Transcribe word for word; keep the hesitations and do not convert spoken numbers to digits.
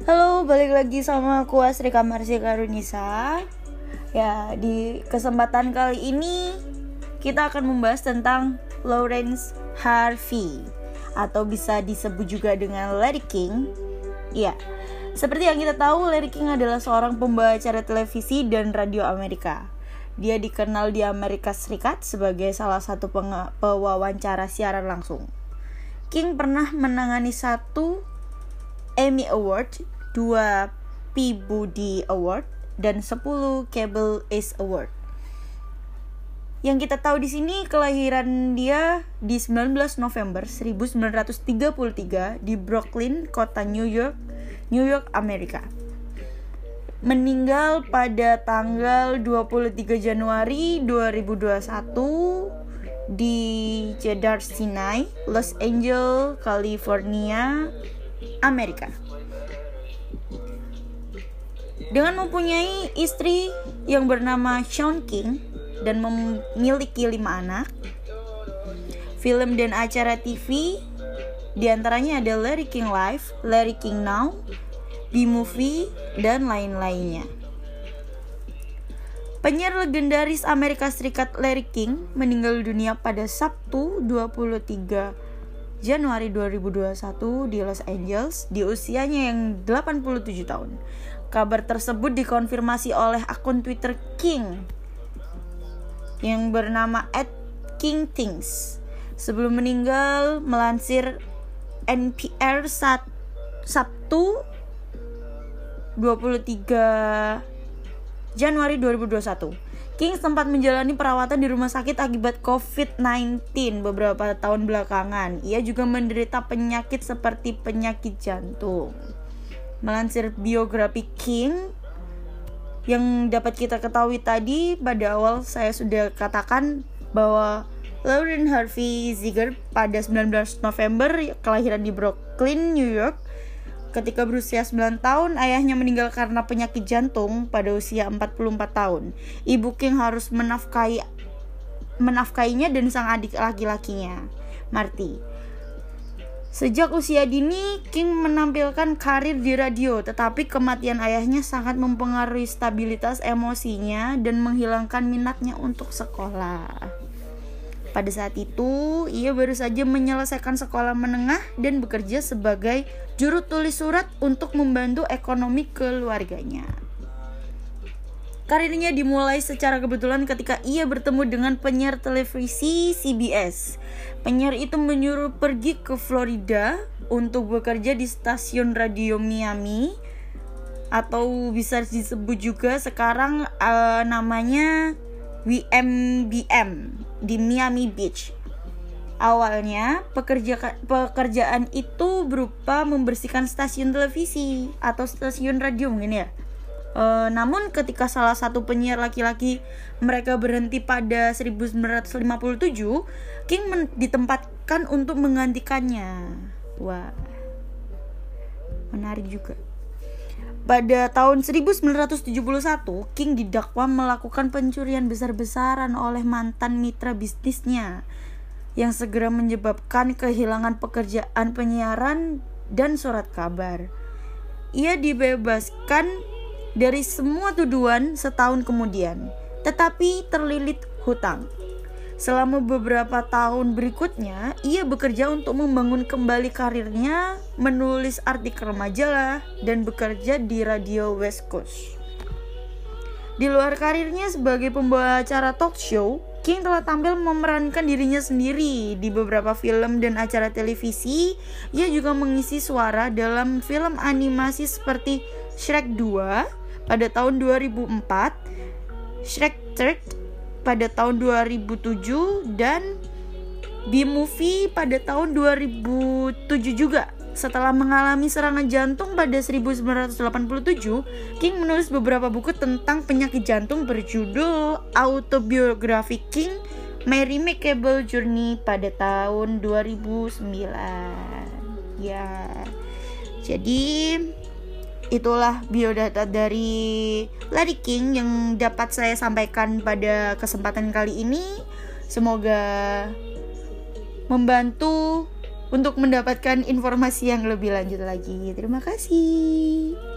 Halo, balik lagi sama aku Asri Kamarsi Karunisa. Ya, di kesempatan kali ini kita akan membahas tentang Laurence Harvey, atau bisa disebut juga dengan Larry King. Ya, seperti yang kita tahu, Larry King adalah seorang pembawa acara televisi dan radio Amerika. Dia dikenal di Amerika Serikat sebagai salah satu penge- pewawancara siaran langsung. King pernah menangani satu Emmy Award, dua Peabody Award, dan sepuluh Cable Ace Award. Yang kita tahu di sini kelahiran dia di sembilan belas November seribu sembilan ratus tiga puluh tiga di Brooklyn, kota New York, New York, Amerika. Meninggal pada tanggal dua puluh tiga Januari dua ribu dua puluh satu di Cedar Sinai, Los Angeles, California, Amerika. Dengan mempunyai istri yang bernama Shawn King dan memiliki lima anak, film dan acara T V diantaranya ada Larry King Live, Larry King Now, B-Movie, dan lain-lainnya. Penyiar legendaris Amerika Serikat Larry King meninggal dunia pada Sabtu dua puluh tiga Januari dua ribu dua puluh satu di Los Angeles di usianya yang delapan puluh tujuh tahun. Kabar tersebut dikonfirmasi oleh akun Twitter King yang bernama at king things. Sebelum meninggal, melansir N P R saat Sabtu dua puluh tiga Januari dua ribu dua puluh satu. King sempat menjalani perawatan di rumah sakit akibat covid sembilan belas beberapa tahun belakangan. Ia juga menderita penyakit seperti penyakit jantung. Melansir biografi King yang dapat kita ketahui tadi, pada awal saya sudah katakan bahwa Laurence Harvey Ziegler pada sembilan belas November kelahiran di Brooklyn, New York. Ketika berusia sembilan tahun, ayahnya meninggal karena penyakit jantung pada usia empat puluh empat tahun. Ibu King harus menafkahi menafkahinya dan sang adik laki-lakinya, Marty. Sejak usia dini, King menampilkan karir di radio, tetapi kematian ayahnya sangat mempengaruhi stabilitas emosinya dan menghilangkan minatnya untuk sekolah. Pada saat itu, ia baru saja menyelesaikan sekolah menengah dan bekerja sebagai juru tulis surat untuk membantu ekonomi keluarganya. Karirnya dimulai secara kebetulan ketika ia bertemu dengan penyiar televisi C B S. Penyiar itu menyuruh pergi ke Florida untuk bekerja di stasiun radio Miami, atau bisa disebut juga sekarang uh, namanya W M B M di Miami Beach. Awalnya pekerja, pekerjaan itu berupa membersihkan stasiun televisi atau stasiun radio mungkin ya. Uh, namun ketika salah satu penyiar laki-laki mereka berhenti pada seribu sembilan ratus lima puluh tujuh, King men- ditempatkan untuk menggantikannya. Wah, menarik juga. Pada tahun seribu sembilan ratus tujuh puluh satu, King didakwa melakukan pencurian besar-besaran oleh mantan mitra bisnisnya, yang segera menyebabkan kehilangan pekerjaan penyiaran dan surat kabar. Ia dibebaskan dari semua tuduhan setahun kemudian, tetapi terlilit hutang. Selama beberapa tahun berikutnya, ia bekerja untuk membangun kembali karirnya, menulis artikel majalah, dan bekerja di radio West Coast. Di luar karirnya sebagai pembawa acara talk show, King telah tampil memerankan dirinya sendiri di beberapa film dan acara televisi. Ia juga mengisi suara dalam film animasi seperti Shrek dua pada tahun dua ribu empat, Shrek Third pada tahun dua ribu tujuh, dan B-Movie pada tahun dua ribu tujuh juga. Setelah mengalami serangan jantung pada seribu sembilan ratus delapan puluh tujuh, King menulis beberapa buku tentang penyakit jantung berjudul Autobiography King, My Remarkable Journey pada tahun dua ribu sembilan. Ya, jadi itulah biodata dari Larry King yang dapat saya sampaikan pada kesempatan kali ini. Semoga membantu untuk mendapatkan informasi yang lebih lanjut lagi. Terima kasih.